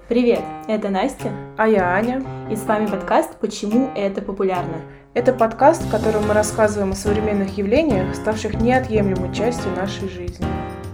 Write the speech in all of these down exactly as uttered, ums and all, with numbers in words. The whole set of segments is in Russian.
Привет, это Настя. А я Аня. И с вами подкаст «Почему это популярно?». Это подкаст, в котором мы рассказываем о современных явлениях, ставших неотъемлемой частью нашей жизни.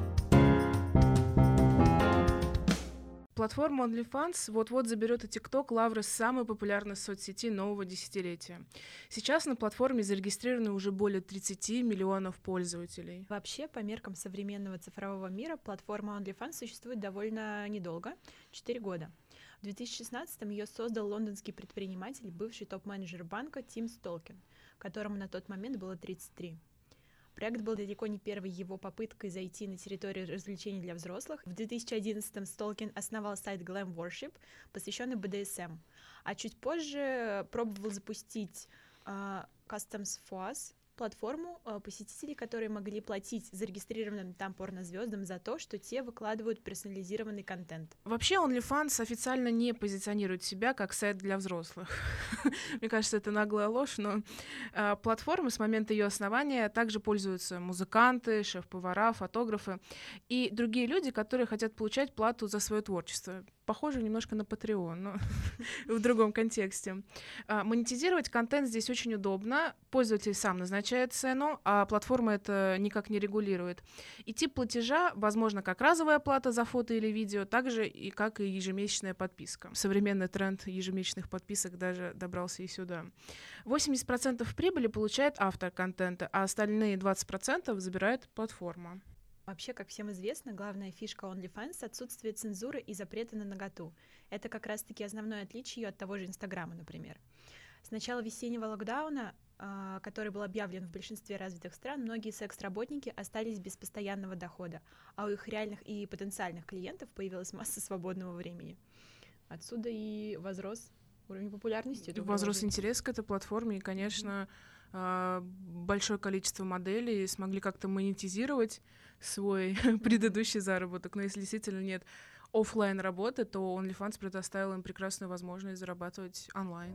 Платформа OnlyFans вот-вот заберет у TikTok лавры самой популярной соцсети нового десятилетия. Сейчас на платформе зарегистрированы уже более тридцать миллионов пользователей. Вообще, по меркам современного цифрового мира, платформа OnlyFans существует довольно недолго — четыре года. В две тысячи шестнадцатом ее создал лондонский предприниматель, бывший топ-менеджер банка Тим Столкин, которому на тот момент было тридцать три. Проект был далеко не первой его попыткой зайти на территорию развлечений для взрослых. В две тысячи одиннадцатом Столкин основал сайт Glam Worship, посвященный би ди эс эм, а чуть позже пробовал запустить uh, Customs for Us, платформу uh, посетителей, которые могли платить зарегистрированным там порнозвездам за то, что те выкладывают персонализированный контент. Вообще OnlyFans официально не позиционирует себя как сайт для взрослых. Мне кажется, это наглая ложь, но э, платформы с момента ее основания также пользуются музыканты, шеф-повара, фотографы и другие люди, которые хотят получать плату за свое творчество. Похоже немножко на Patreon, но в другом контексте. А, монетизировать контент здесь очень удобно. Пользователь сам назначает цену, а платформа это никак не регулирует. И тип платежа, возможно, как разовая плата за фото или видео, также и как и ежемесячная подписка. Современный тренд ежемесячных подписок даже добрался и сюда. восемьдесят процентов прибыли получает автор контента, а остальные двадцать процентов забирает платформа. Вообще, как всем известно, главная фишка OnlyFans — отсутствие цензуры и запрета на наготу. Это как раз-таки основное отличие от того же Инстаграма, например. С начала весеннего локдауна, который был объявлен в большинстве развитых стран, многие секс-работники остались без постоянного дохода, а у их реальных и потенциальных клиентов появилась масса свободного времени. Отсюда и возрос уровень популярности. Возрос интерес к этой платформе, и, конечно, mm-hmm. большое количество моделей смогли как-то монетизировать свой предыдущий заработок. Но если действительно нет офлайн работы, то OnlyFans предоставил им прекрасную возможность зарабатывать онлайн.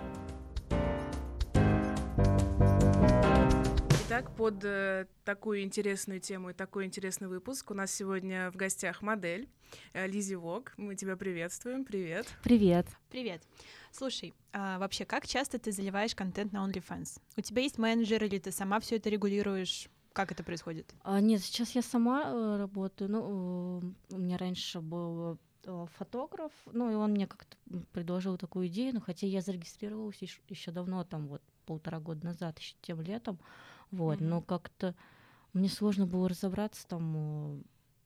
Итак, под э, такую интересную тему и такой интересный выпуск у нас сегодня в гостях модель э, Лиззи Вог. Мы тебя приветствуем. Привет. Привет. Привет. Слушай, а вообще, как часто ты заливаешь контент на OnlyFans? У тебя есть менеджер или ты сама все это регулируешь? Как это происходит? А, нет, сейчас я сама э, работаю. Ну, э, у меня раньше был э, фотограф, ну, и он мне как-то предложил такую идею, но хотя я зарегистрировалась еще, еще давно, там, вот, полтора года назад, еще тем летом, вот, mm-hmm. но как-то мне сложно было разобраться там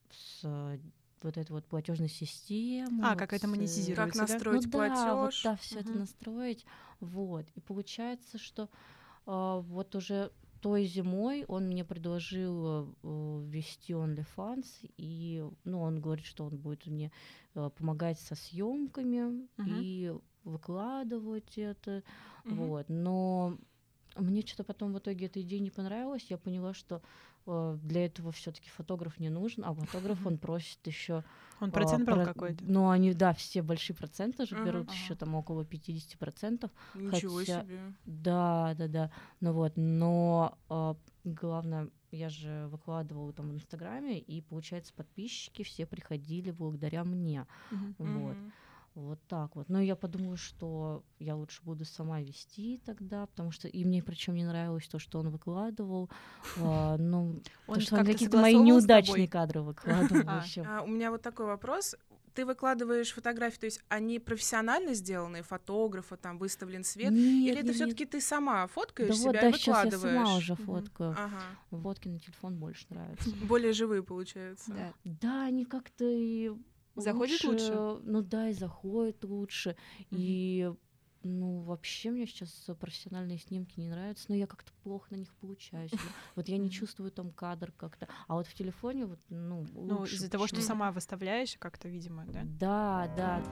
с вот этой вот платежной системой. А, вот как это монетизируется, как настроить ну, платеж. Да, вот, да, все uh-huh. это настроить, вот, и получается, что э, вот уже той зимой он мне предложил э, ввести OnlyFans, и, ну, он говорит, что он будет мне э, помогать со съемками uh-huh. и выкладывать это, uh-huh. вот, но мне что-то потом в итоге эта идея не понравилась, я поняла, что э, для этого все-таки фотограф не нужен, а фотограф он просит еще. Он процент э, брал про... какой-то? Ну, они, да, все большие проценты же uh-huh. берут uh-huh. еще там около пятьдесят процентов. Ничего хотя... себе. Да, да, да. Ну вот, но э, главное, я же выкладывала там в Инстаграме, и, получается, подписчики все приходили благодаря мне. Uh-huh. Вот. Uh-huh. Вот так вот. Но я подумала, что я лучше буду сама вести тогда, потому что и мне причем не нравилось то, что он выкладывал. А, ну, он то, что он какие-то мои согласовывал с неудачные тобой? кадры выкладывал. А, вообще. а, у меня вот такой вопрос. Ты выкладываешь фотографии, то есть они профессионально сделанные, фотографа, там выставлен свет, Нет, или это нет, все-таки ты сама фоткаешь да себя вот, и да, выкладываешь? сейчас я сама уже фоткаю. Ага. Фотки на телефон больше нравятся. Более живые, получается. Да. Да, они как-то и заходят лучше, лучше? Ну да, и заходят лучше. Mm-hmm. И ну вообще мне сейчас профессиональные снимки не нравятся, но я как-то плохо на них получаюсь. Вот я не чувствую там кадр как-то. А вот в телефоне вот, ну, лучше. Ну, из-за того, что сама выставляешь, как-то, видимо, да? Да, да.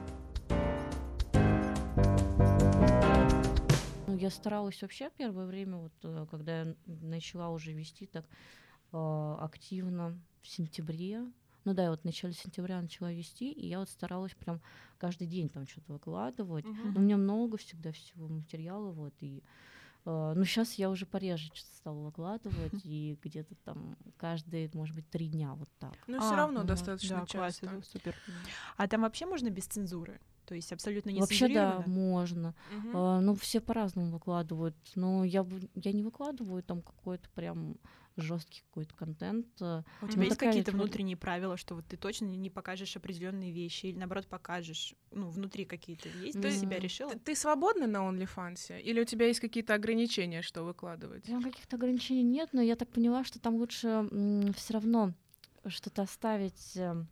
Ну, я старалась вообще первое время, вот когда я начала уже вести так э, активно в сентябре. Ну да, я вот в начале сентября начала вести, и я вот старалась прям каждый день там что-то выкладывать. Uh-huh. Но у меня много всегда всего материала, вот, и э, ну, сейчас я уже пореже что-то стала выкладывать, и где-то там каждые, может быть, три дня вот так. Но А, все равно вот, достаточно Да, класс, часто. это супер. А там вообще можно без цензуры? То есть абсолютно не Вообще, да, цензурировано? можно. Мгм. А, ну, все по-разному выкладывают. Но я, бы- я не выкладываю там какой-то прям жесткий какой-то контент. а, У ну, тебя есть такая какие-то вот- внутренние правила, что вот ты точно не покажешь определенные вещи или наоборот покажешь? Ну, внутри какие-то есть для Ты- себя М, решила? Ты, ты свободна на OnlyFans? Или у тебя есть какие-то ограничения, что выкладывать? Прям каких-то ограничений нет, но я так поняла, что там лучше все равно что-то оставить э,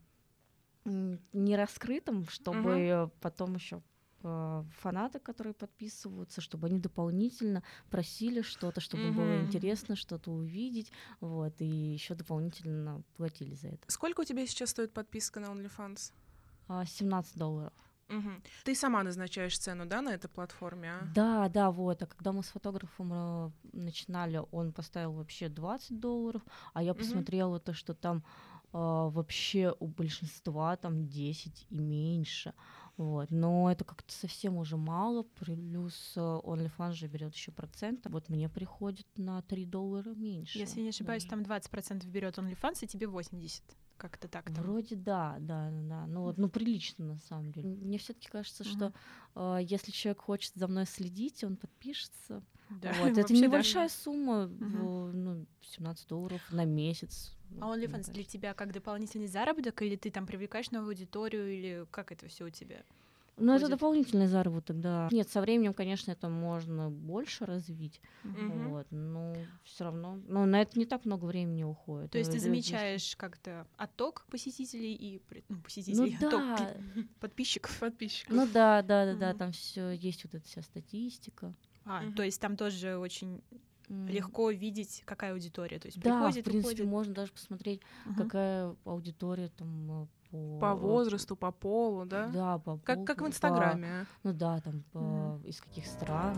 м, не раскрытым, чтобы э, потом еще фанаты, которые подписываются, чтобы они дополнительно просили что-то, чтобы им было Мгм. интересно что-то увидеть, вот, и еще дополнительно платили за это. Сколько у тебя сейчас стоит подписка на OnlyFans? А, семнадцать долларов. Мгм. Ты сама назначаешь цену, да, на этой платформе? а? Да, да, вот. А когда мы с фотографом э, начинали, он поставил вообще двадцать долларов, а я Мгм. посмотрела то, что там э, вообще у большинства там десять и меньше. Вот. Но это как-то совсем уже мало, плюс э, OnlyFans же берет еще проценты. Вот мне приходит на три доллара меньше. Если не ошибаюсь, даже. там двадцать процентов берет OnlyFans, и тебе восемьдесят. Как-то так там. Вроде да, да, да, да. Ну вот, ну прилично на самом деле. Мне все-таки кажется, что э, если человек хочет за мной следить, он подпишется. Да, Вот. Это вообще да. небольшая сумма, Мгм. в, ну, семнадцать долларов на месяц. А Вот, мне OnlyFans для кажется. тебя как дополнительный заработок, или ты там привлекаешь новую аудиторию, или как это все у тебя? Ну, это уходит? дополнительный заработок, да. Нет, со временем, конечно, это можно больше развить, Мгм. вот, но все равно, но на это не так много времени уходит. То есть Э, ты люди- замечаешь как-то отток посетителей и при- ну, Ну посетителей, отток да, кли- подписчиков. Подписчиков. ну да, да, да, да, Мгм. там все есть вот эта вся статистика. А, Мгм. то есть там тоже очень М, легко видеть, какая аудитория. То есть Да, приходит, в принципе, уходит. можно даже посмотреть, Мгм. какая аудитория там э, по... По возрасту, по полу, да? Да, по Как, как в полу, по- Инстаграме. а? Ну да, там по- Мгм. из каких стран.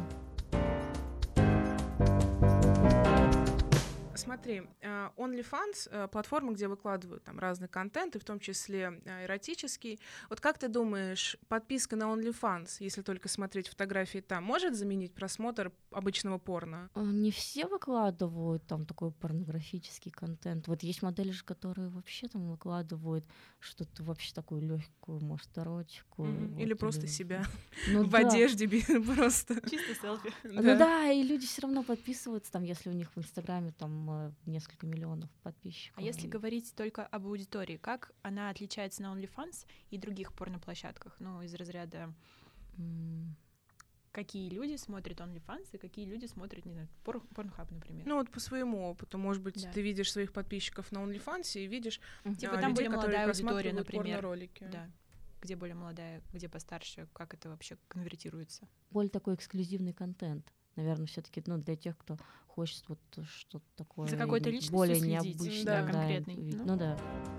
Смотри, э, OnlyFans э, платформа, где выкладывают там разный контент, и в том числе э, эротический. Вот как ты думаешь, подписка на OnlyFans, если только смотреть фотографии там, может заменить просмотр обычного порно? А, Не все выкладывают там такой порнографический контент. Вот есть модели же, которые вообще там выкладывают что-то вообще такую легкую, может, эротику. Мгм. вот, Или просто себя Ну в да. одежде би- просто. Чисто селфи. Ну да, и люди все равно подписываются, там, если у них в Инстаграме там э, несколько миллионов подписчиков. А если и- говорить только об аудитории, как она отличается на OnlyFans и других порноплощадках? Ну, из разряда, М, какие люди смотрят OnlyFans и какие люди смотрят, не знаю, Пор- Pornhub, например. Ну вот по своему опыту, может быть, Да. ты видишь своих подписчиков на OnlyFans и видишь Типа а, там людей, более которые молодая аудитория, просматривают например. порно-ролики. Да. Где более молодая, где постарше, как это вообще конвертируется? более такой эксклюзивный контент. Наверное, все-таки, ну, для тех, кто хочет вот что-то такое За какой-то н- личностью более следить, необычное, да, конкретной, увидеть. ну. Ну да.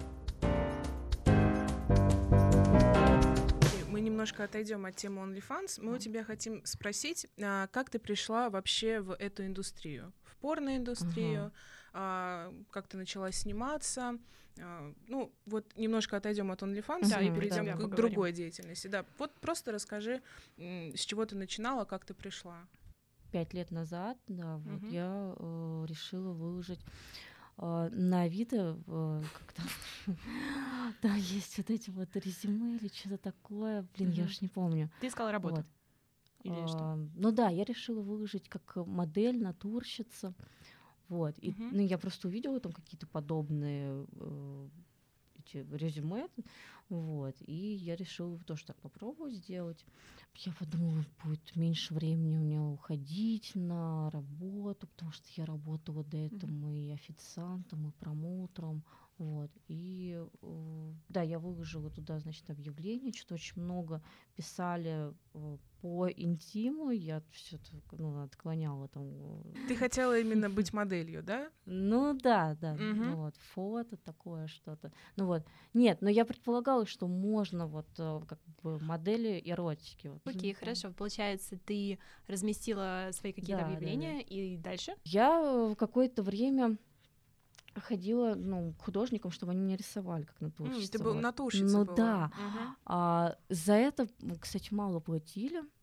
Мы немножко отойдем от темы OnlyFans. Мы у тебя хотим спросить, а, как ты пришла вообще в эту индустрию, в порноиндустрию, а, как ты начала сниматься. а, Ну, вот немножко отойдем от OnlyFans Да, и и про перейдем тебя к поговорим. другой деятельности. Да, вот просто расскажи, м, с чего ты начинала, как ты пришла. Пять лет назад, да, вот Мгм. я э, решила выложить э, на Авито, э, как там, там есть вот эти вот резюме или что-то такое, блин, я Мгм. уж не помню. Ты искала работу? Вот. Или что? А, Ну да, я решила выложить как модель, натурщица, вот. И Мгм. ну, я просто увидела там какие-то подобные э, эти резюме, вот. И я решила тоже так попробовать сделать. Я подумала, будет меньше времени у меня уходить на работу, потому что я работала до этого и официантом, и промоутером. Вот. И э, да, я выложила туда, значит, объявление, что очень много писали э, по интиму, я все ну, отклоняла там. э, Ты хотела именно быть моделью, да? Ну да, да, Мгм. ну вот, фото такое что-то. Ну вот, нет, но я предполагала, что можно вот э, как бы модели эротики. Вот. Окей, Ну, хорошо. Получается, ты разместила свои какие-то Да, да, да. объявления, и дальше? Я э, какое-то время ходила, ну, к художникам, чтобы они меня рисовали как М, натурщица. Ты был вот. натурщица Ну была. да. Мгм. А за это, м, кстати, мало платили.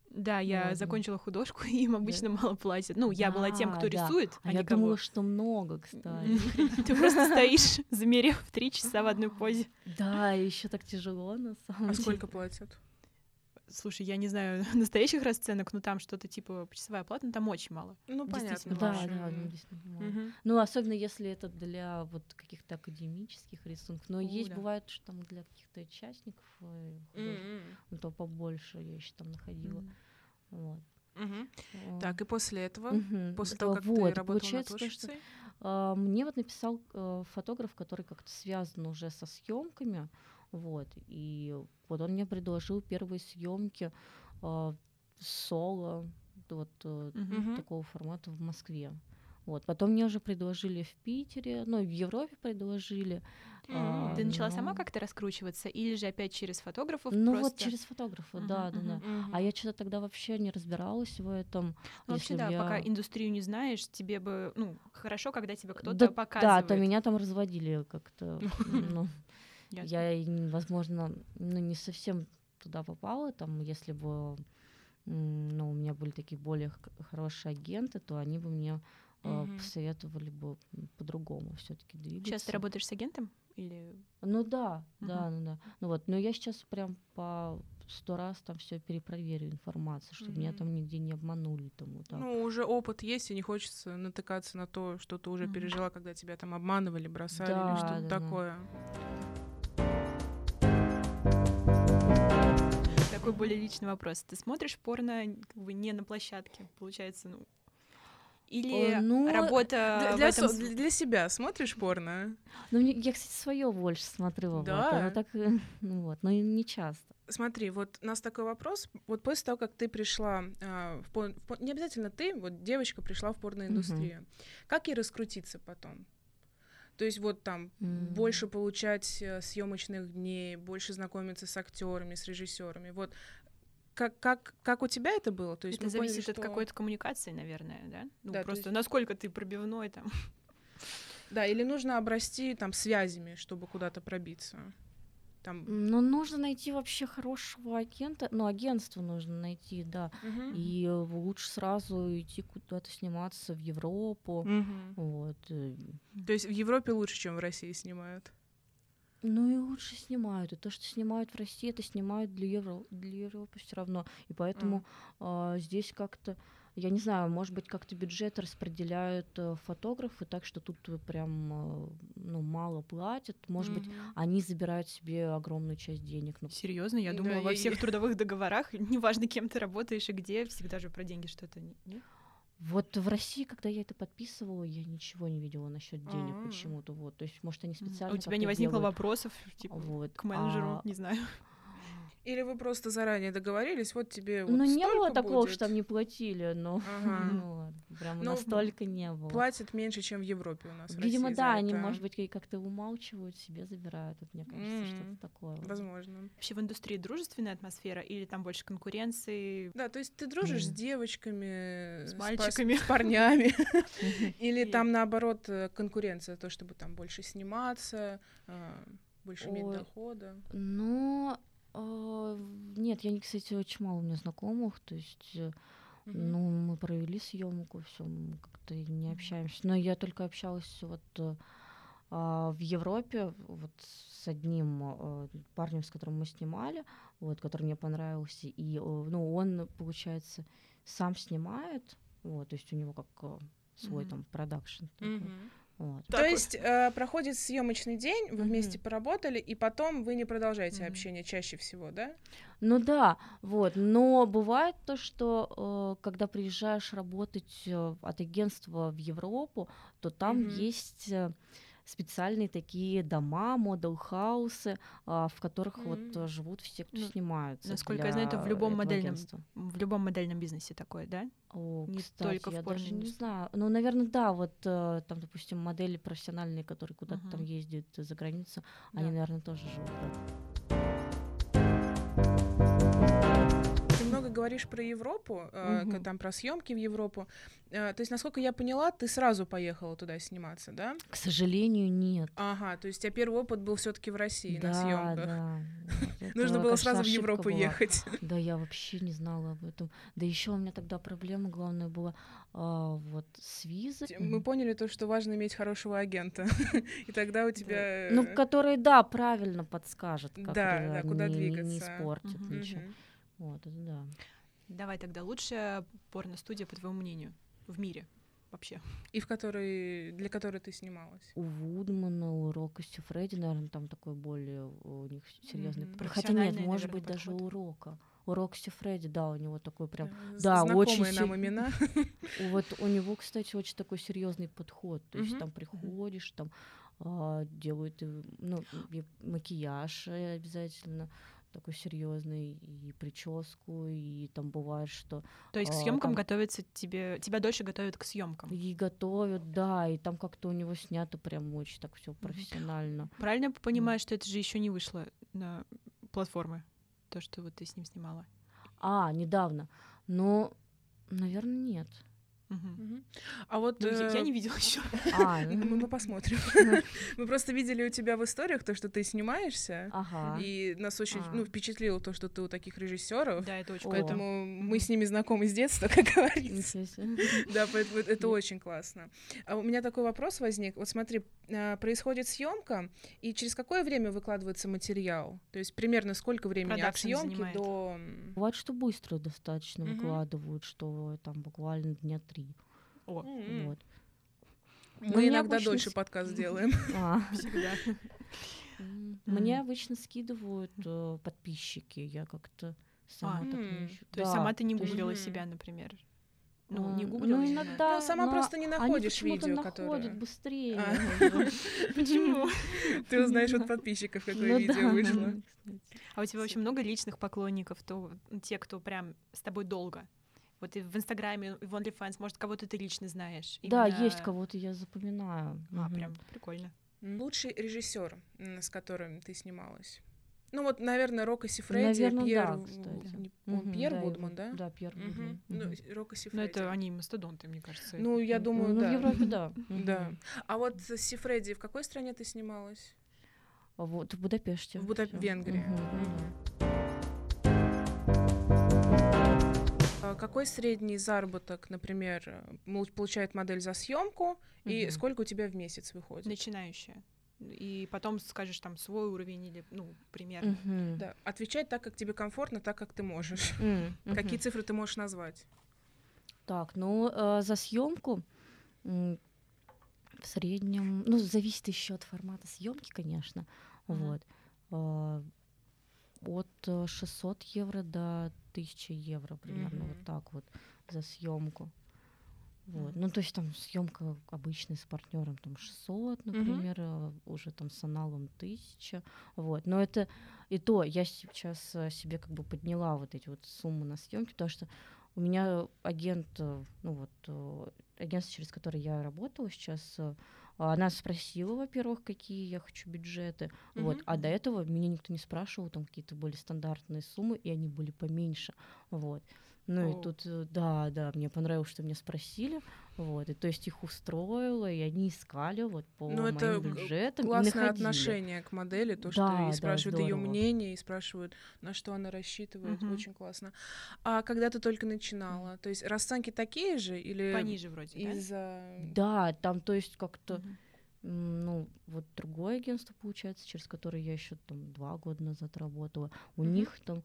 Да, я Ладно. закончила художку, и им обычно мало платят. Ну, я была тем, кто Да, да. рисует, А а я не кого. думала, что много, кстати. Ты просто стоишь, замерев три часа в одной позе. Да, еще так тяжело, на самом А деле. сколько платят? Слушай, я не знаю настоящих расценок, но там что-то типа часовая плата, но там очень мало. Ну, понятно. Действительно Да, мало. да, ну, действительно мало. Мгм. Ну, особенно если это для вот каких-то академических рисунков. Но О, есть, да. бывает, что там для каких-то частников, э, художников, М-м. ну, то побольше я еще там находила. М. Вот. Мгм. Э, Так, и после этого, мгм. после Да, того, как вот, ты работала получается над то, что, творчицей? а, мне вот написал э, фотограф, который как-то связан уже со съемками, вот, и вот он мне предложил первые съемки а, соло, вот э, Мгм. Мгм. такого формата в Москве. Вот. Потом мне уже предложили в Питере, ну, и в Европе предложили. М. а, Ты начала сама но- как-то раскручиваться, или же опять через фотографов Ну, просто? вот через фотографа, да, да, Мгм, да. Мгм. А я что-то тогда вообще не разбиралась в этом. Ну, вообще, если да, б я- пока индустрию не знаешь, тебе бы, ну, хорошо, когда тебе кто-то Да, показывает. да, то меня там разводили как-то. Ну, Ясно. я, и, н- возможно, ну, не совсем туда попала. Там, если бы м, ну, у меня были такие более х- хорошие агенты, то они бы мне э, Мгм. посоветовали бы м, по-другому все-таки двигаться. Сейчас ты работаешь с агентом? Или... Ну да, да, Мгм. ну да. Ну вот, но я сейчас прям по сто раз там все перепроверю информацию, чтобы меня Мгм. там нигде не обманули, там вот так. Ну, уже опыт есть, и не хочется натыкаться на то, что ты уже Мгм. пережила, когда тебя там обманывали, бросали Да, или что-то да, да. такое. Такой более личный вопрос. Ты смотришь порно как бы не на площадке, получается, ну... Или О, ну, работа Для, в для этом... со- для- для себя смотришь порно? Ну, мне- я, кстати, свое больше смотрю, вот, Да? оно так, э, ну вот, но и не часто. Смотри, вот у нас такой вопрос. Вот после того, как ты пришла а, в, пор- в пор- не обязательно ты, вот девочка пришла в порноиндустрию, как ей раскрутиться потом? То есть вот там М. больше получать съемочных дней, больше знакомиться с актерами, с режиссерами. Вот как, как, как у тебя это было? То есть Это мы поняли, зависит от что- какой-то коммуникации, наверное, да? Ну, Да, то просто есть- насколько ты пробивной там. Да, или нужно обрасти там связями, чтобы куда-то пробиться. Там. Ну, нужно найти вообще хорошего агента, ну, агентство нужно найти, да, Мгм. и э, лучше сразу идти куда-то сниматься в Европу, Мгм. вот. э, То есть в Европе лучше, чем в России снимают. Ну и лучше снимают. И то, что снимают в России, это снимают для, Евро... для Европы все равно. И поэтому а, здесь как-то, я не знаю, может быть, как-то бюджет распределяют э, фотографы так, что тут э, прям э, ну, мало платят. Может быть, Мгм. они забирают себе огромную часть денег. Ну, Серьезно, я Да, думала, во я- всех я- трудовых договорах, неважно, кем ты работаешь и где, всегда же про деньги что-то не- нет? вот в России, когда я это подписывала, я ничего не видела насчет денег А. почему-то. Вот. То есть, может, они Мгм. специально А у тебя как-то не возникло делают. вопросов, типа, Вот. к менеджеру, А, не знаю. Или вы просто заранее договорились, вот тебе вот ну, не было столько такого, будет. что там не платили, но Ага. ну, ладно, прям Ну, настолько не было. Платят меньше, чем в Европе у нас. в Видимо, России да, за они, это. может быть, и как-то умалчивают, себе забирают. Вот мне кажется, М, что-то такое. вот. Возможно. Вообще в индустрии дружественная атмосфера или там больше конкуренции? Да, то есть ты дружишь с Мгм. девочками, С па- мальчиками. с парнями, Мгм. или И- там наоборот э, конкуренция, то, чтобы там больше сниматься, а, больше иметь Ой. дохода. Но а, нет, я, не- кстати, очень мало у меня знакомых, то есть, э, Мгм. ну, мы провели съемку, все, мы как-то и не общаемся. Но я только общалась вот э, а, в Европе вот с одним э, парнем, с которым мы снимали, вот, который мне понравился, и, э, ну, он, получается, сам снимает, вот, то есть у него как э, свой Мгм. там продакшн такой, Мгм. вот. То Так вот. есть э, проходит съемочный день, вы Мгм. вместе поработали, и потом вы не продолжаете Мгм. общение чаще всего, да? Ну да, вот. Но бывает то, что э, когда приезжаешь работать э, от агентства в Европу, то там Мгм. есть э, специальные такие дома, модел-хаусы, а, в которых вот М. э, живут все, кто Ну, снимаются. насколько для я знаю, это в любом этого модельном агентства. В любом модельном бизнесе такое, да? О, не кстати, только в я даже не порноиндустрии. знаю. Ну, наверное, да, вот э, там, допустим, модели профессиональные, которые куда-то там Мгм. ездят за границу, Да. они, наверное, тоже живут. да. Ты много говоришь про Европу, э, Мгм. там про съемки в Европу, э, то есть, насколько я поняла, ты сразу поехала туда сниматься, да? К сожалению, нет. Ага, то есть у тебя первый опыт был все-таки в России на Да, съемках. да. Вот. Нужно Это, было конечно, сразу в ошибка Европу была. ехать. Да, я вообще не знала об этом. Да еще у меня тогда проблема главная была а, вот с визой. Мы поняли то, что важно иметь хорошего агента, и тогда у тебя... Ну, который, да, правильно подскажет, как Да, ре- да, куда не, не- не двигаться. испортит Мгм. ничего. Мгм. Вот, это да. Давай тогда лучшая порно-студия, по твоему мнению, в мире вообще. И в которой, для которой ты снималась. У Вудмана, у Рока Фредди, наверное, там такой более у них серьезный Мгм. подход. Хотя нет, Профессиональный, может наверное, быть, даже подход. у Рока. У Рокси Фредди, да, у него такой прям... Да, да, очень знакомые нам се- имена. Вот у него, кстати, очень такой серьезный подход. То есть Мгм. там приходишь, там а, делают и, ну, и макияж э, обязательно такой серьезный, и прическу, и там бывает, что То есть к А, съемкам там- готовится тебе, тебя дольше готовят к съемкам. и готовят, да, и там как-то у него снято прям очень так все профессионально. Правильно я понимаю, что это же еще не вышло на платформы, то, что вот ты с ним снимала? А, недавно. Но, наверное, нет. Мгм. Мгм. А вот Ну, я, я э, не видела еще. А, мы, ну, мы посмотрим. Мы просто видели у тебя в историях то, что ты снимаешься, ага. и нас очень А. ну, впечатлило то, что ты у таких режиссеров. Да, это очень О. круто. Поэтому мы Мгм. с ними знакомы с детства, как говорится. Ничего себе. Да, поэтому это очень классно. А у меня такой вопрос возник. Вот смотри, а, происходит съемка, и через какое время выкладывается материал? То есть примерно сколько времени от Продакшн съемки занимает. до... м, Бывает, что быстро достаточно Мгм. выкладывают, что там буквально дня три. О, м, Вот. Мы Мне иногда обычно дольше с- подкаст делаем. А. всегда. М, Мгм. Мне обычно скидывают э, подписчики, я как-то сама А, так м, не ищу. То есть Да, сама ты не то есть, гуглила Мгм. себя, например? Ну, а, не гуглила Ну, именно. иногда. Ну, сама на- просто не они находишь почему-то видео, находят которое... быстрее. А. я говорю. Почему? Ты узнаешь от подписчиков, какое Ну видео да, вышло. кстати. А у тебя очень много личных поклонников, то ну, те, кто прям с тобой долго. Вот и в Инстаграме, и в OnlyFans, может, кого-то ты лично знаешь. Да, Именно- есть кого-то, я запоминаю. А, Мгм. прям прикольно. М, Лучший режиссер, м, с которым ты снималась? Ну вот, наверное, Рокко Сифредди, Наверно, Пьер... да, в- кстати. не- он Мгм, Пьер да, Вудман, его- да? Да, Пьер Мгм. Вудман. Ну, Мгм. Рокко Ну, Сифредди. это они мастодонты, мне кажется. Ну, я думаю, Ну, да. в Европе, да. Да. Мгм. А вот с Сифредди в какой стране ты снималась? А Вот в Будапеште. В Буда- всё. Венгрии. Мгм, Мгм. А какой средний заработок, например, э, мол- получает модель за съемку, и Мгм. сколько у тебя в месяц выходит? Начинающая. И потом скажешь там свой уровень или, ну, примерно. Мгм. Да, отвечать так, как тебе комфортно, так, как ты можешь. М, Какие мгм. цифры ты можешь назвать? Так, ну э, за съемку в среднем, ну, зависит еще от формата съемки, конечно. Мгм. Вот. А, От э, шестьсот евро до тысячи евро примерно Мгм. вот так вот за съемку. Вот. Мгм. Ну, то есть там съемка обычная с партнером там шестьсот, например, э, уже там с аналом тысяча. Вот. Но это и то, я сейчас э, себе как бы подняла вот эти вот суммы на съемки, потому что у меня агент, э, ну вот, э, агентство, через которое я работала сейчас, э, она спросила, во-первых, какие я хочу бюджеты, вот, Мгм. а до этого меня никто не спрашивал, там какие-то были стандартные суммы, и они были поменьше, вот. Ну О. и тут, э, да, да, мне понравилось, что меня спросили, вот, и то есть их устроило, и они искали вот по Ну, моим это г- бюджетам и Классное находили. отношение к модели, то, Да, что да, и спрашивают ее здорово. мнение, и спрашивают, на что она рассчитывает. Мгм. Очень классно. А когда ты только начинала, то есть расценки такие же или Пониже вроде, да? из-за... Да, там, то есть как-то, Мгм. м, ну, вот другое агентство, получается, через которое я еще там два года назад работала, у Мгм. них там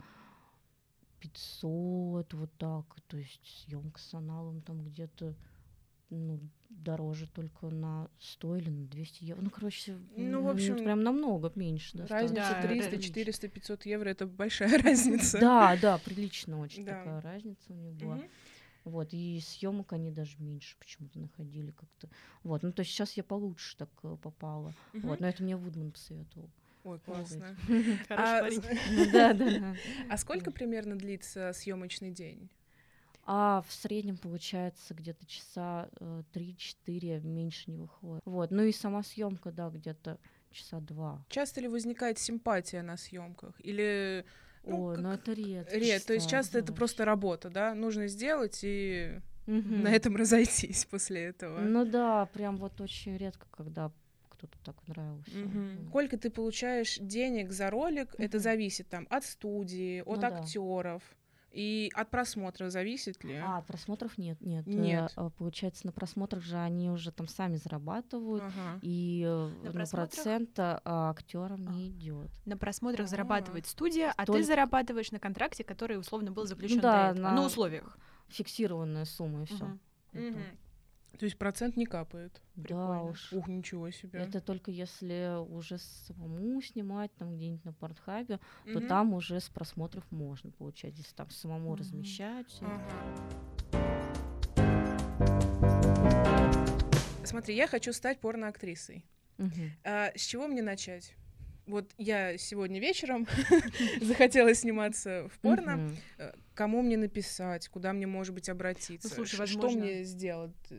пятьсот, вот так, то есть съемка с аналом там где-то, ну, дороже только на сто или на двести евро. Ну, короче, Ну, в м, общем, прям намного меньше. Разница Да, достаточно. триста, разница. четыреста, пятьсот евро — это большая разница. Да, да, прилично очень Да. такая разница у них была. Мгм. Вот, и съемок они даже меньше почему-то находили как-то. Вот, ну, то есть сейчас я получше так э, попала. Мгм. Вот, но это мне Вудман посоветовал. Ой, классно. Хороший А, парень. Ну, да, да, да. А сколько примерно длится съемочный день? А в среднем получается где-то часа э, три-четыре, меньше не выходит. Вот, ну и сама съемка, да, где-то часа два. Часто ли возникает симпатия на съемках? Или Ну, Ой, как- ну это редко. Ред, то есть часто это бывает. просто работа, да? Нужно сделать и Мгм. на этом разойтись после этого. Ну да, прям вот очень редко, когда кто-то так нравился. Мгм. М. Сколько ты получаешь денег за ролик, это Мгм. зависит там от студии, от Ну да. актеров и от просмотра зависит ли? А, просмотров нет, нет. Нет. Э, а, Получается, на просмотрах же они уже там сами зарабатывают, Ага. и э, На на просмотрах? процент актерам не идет. На просмотрах А. зарабатывает студия, а ты Только- зарабатываешь на контракте, который условно был заключен да, до этого, на- на условиях. Фиксированная сумма и все. Мгм. Мгм. То есть процент не капает. Да Прикольно. уж. Ух, ничего себе. Это только если уже самому снимать там где-нибудь на Портхабе, то Мгм. там уже с просмотров можно получать, если там самому Мгм. размещать. всё это. Ага. Смотри, я хочу стать порноактрисой. Мгм. А с чего мне начать? Вот я сегодня вечером захотела сниматься в порно. Мгм. Э, Кому мне написать, куда мне, может быть, обратиться? Ну, слушай, Ш- Что возможно- мне сделать э,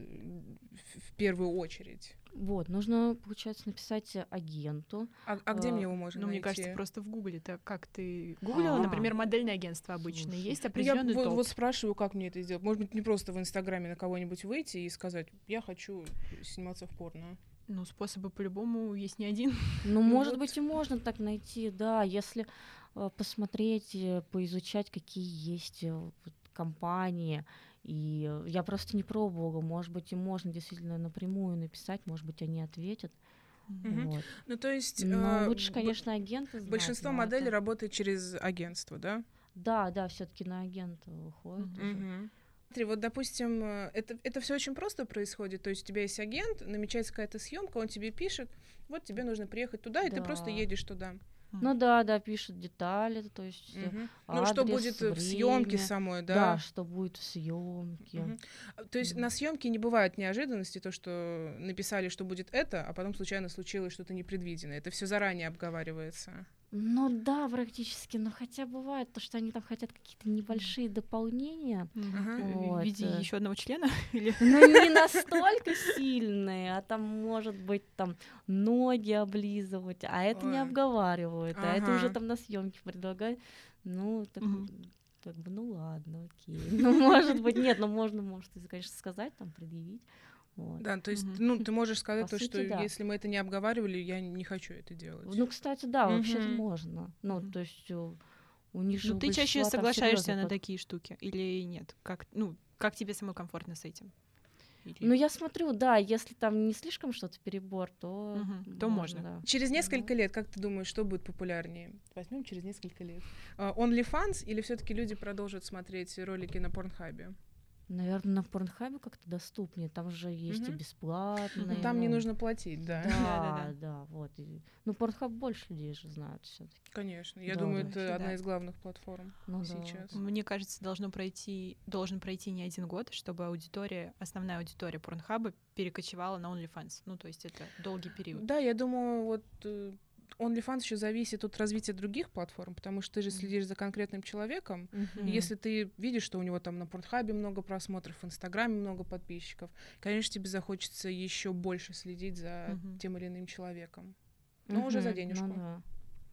в в первую очередь? Вот, нужно, получается, написать агенту. А, а где А, мне его можно Ну, мне найти? кажется, просто в Гугле. Так как ты гуглила, А. например, модельное агентство обычное. Слушай. Есть Ну, я определенный вот, топ. вот спрашиваю, как мне это сделать. Может быть, не просто в Инстаграме на кого-нибудь выйти и сказать, я хочу сниматься в порно. Ну, способы по-любому есть не один. Ну, Ну может вот. быть, и можно так найти, да, если э, посмотреть, э, поизучать, какие есть э, вот компании. И э, я просто не пробовала, может быть, и можно действительно напрямую написать, может быть, они ответят. Мгм. Вот. Ну, то есть... Но э, лучше, б- конечно, агента знать. Большинство но моделей это- работает через агентство, да? Да, да, все-таки на агента выходит. Мгм. уже. Мгм. Смотри, вот, допустим, э, это, это все очень просто происходит. То есть у тебя есть агент, намечается какая-то съемка, он тебе пишет, вот тебе нужно приехать туда, и ты просто Да. едешь туда. Ну да, да, пишут детали, то есть э, Мгм. Ну, что адрес, будет э, в съемке время. самой, да, да? что будет в съемке. Мгм. А, То есть Мгм. на съемке не бывает неожиданности, то, что написали, что будет это, а потом случайно случилось что-то непредвиденное. Это все заранее обговаривается. Ну да, практически, но хотя бывает то, что они там хотят какие-то небольшие дополнения, Ага. В виде Вот, э. еще одного члена? Или... но не настолько сильные, а там может быть там ноги облизывать, а это не Ой. обговаривают, а это уже Ага. там на съемке предлагают. Ну, так, Мгм. как бы, ну ладно, окей. Ну, может быть, нет, ну можно, может, и, конечно, сказать, там, предъявить. Вот. Да, то есть, Мгм. ну, ты можешь сказать По то, сути, что да. если мы это не обговаривали, я не хочу это делать. Ну, кстати, да, вообще-то Мгм. можно. Ну, Мгм. то есть у, у них же Ну, у ты чаще большинства там соглашаешься серьёзный на под- такие штуки или нет? Как, ну, как тебе самой комфортно с этим? Или- Ну, я смотрю, да, если там не слишком что-то перебор, то, Мгм, то можно. да. Через несколько лет, как ты думаешь, что будет популярнее? Возьмем через несколько лет. А, OnlyFans или все-таки люди продолжат смотреть ролики на Порнхабе? Наверное, на Порнхабе как-то доступнее. Там же есть и Мгм. бесплатные. Ну, там не ну, нужно платить, да. Да, Да-да-да. да, вот. И- Ну, Порнхаб больше людей же знают все-таки. Конечно. Я Да, думаю, да. это Вообще, одна да. из главных платформ Ну да. сейчас. Мне кажется, должно пройти, должен пройти не один год, чтобы аудитория, основная аудитория Порнхаба перекочевала на OnlyFans. Ну, то есть это долгий период. Да, я думаю, вот э, OnlyFans еще зависит от развития других платформ, потому что ты же Мгм. следишь за конкретным человеком. Мгм. И если ты видишь, что у него там на Порнхабе много просмотров, в Инстаграме много подписчиков, конечно, тебе захочется еще больше следить за Мгм. тем или иным человеком. Но уже за Мгм, денежку. Ну, да.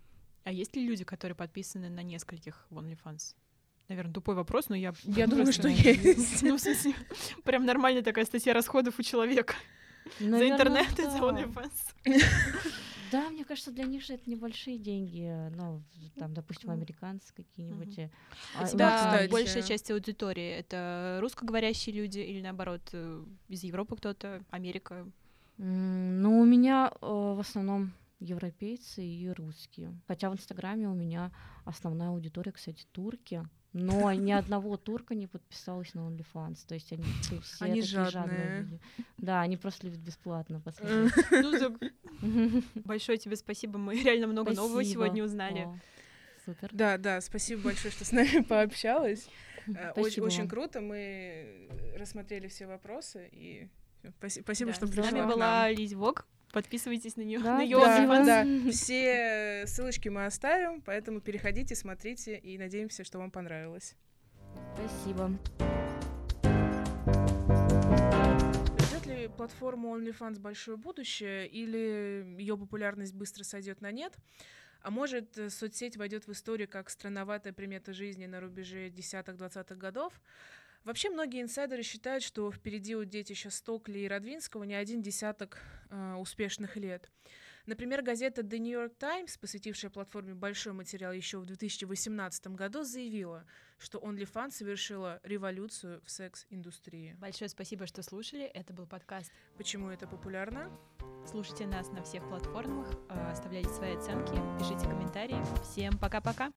А есть ли люди, которые подписаны на нескольких в OnlyFans? Наверное, тупой вопрос, но я... Я думаю, просто- что есть. Ну, в смысле, прям нормальная такая статья расходов у человека. За Наверно, интернет и за да. OnlyFans. Да, мне кажется, для них же это небольшие деньги. Ну, там, допустим, Мгм. американцы какие-нибудь. Мгм. э, У а, тебя вот, кстати. большая часть аудитории — это русскоговорящие люди или, наоборот, э, из Европы кто-то, Америка? М, Ну, у меня э, в основном европейцы и русские. Хотя в Инстаграме у меня основная аудитория, кстати, турки. Но ни одного турка не подписалась на OnlyFans. То есть они все, все Они такие жадные. жадные люди. Да, они просто любят бесплатно посмотреть. Ну, так, большое тебе спасибо. Мы реально много нового Спасибо. сегодня узнали. О, Супер. Да, да, спасибо большое, что с нами пообщалась. Э, Очень, Спасибо очень вам. круто, мы рассмотрели все вопросы, и всё, спаси- спасибо, Да, что с пришла нами к была нам. Лизь Вог. Подписывайтесь на нее. Да, на её Да, OnlyFans. да, все ссылочки мы оставим, поэтому переходите, смотрите, и надеемся, что вам понравилось. Спасибо. Ждет ли платформу OnlyFans большое будущее, или ее популярность быстро сойдет на нет? А может, э, соцсеть войдет в историю как странноватая примета жизни на рубеже десятых-двадцатых годов? Вообще, многие инсайдеры считают, что впереди у детища Стокли и Радвинского не один десяток э, успешных лет. Например, газета The New York Times, посвятившая платформе большой материал еще в две тысячи восемнадцатом году, заявила, что OnlyFans совершила революцию в секс-индустрии. Большое спасибо, что слушали. Это был подкаст. Почему это популярно? Слушайте нас на всех платформах, э, оставляйте свои оценки, пишите комментарии. Всем пока-пока!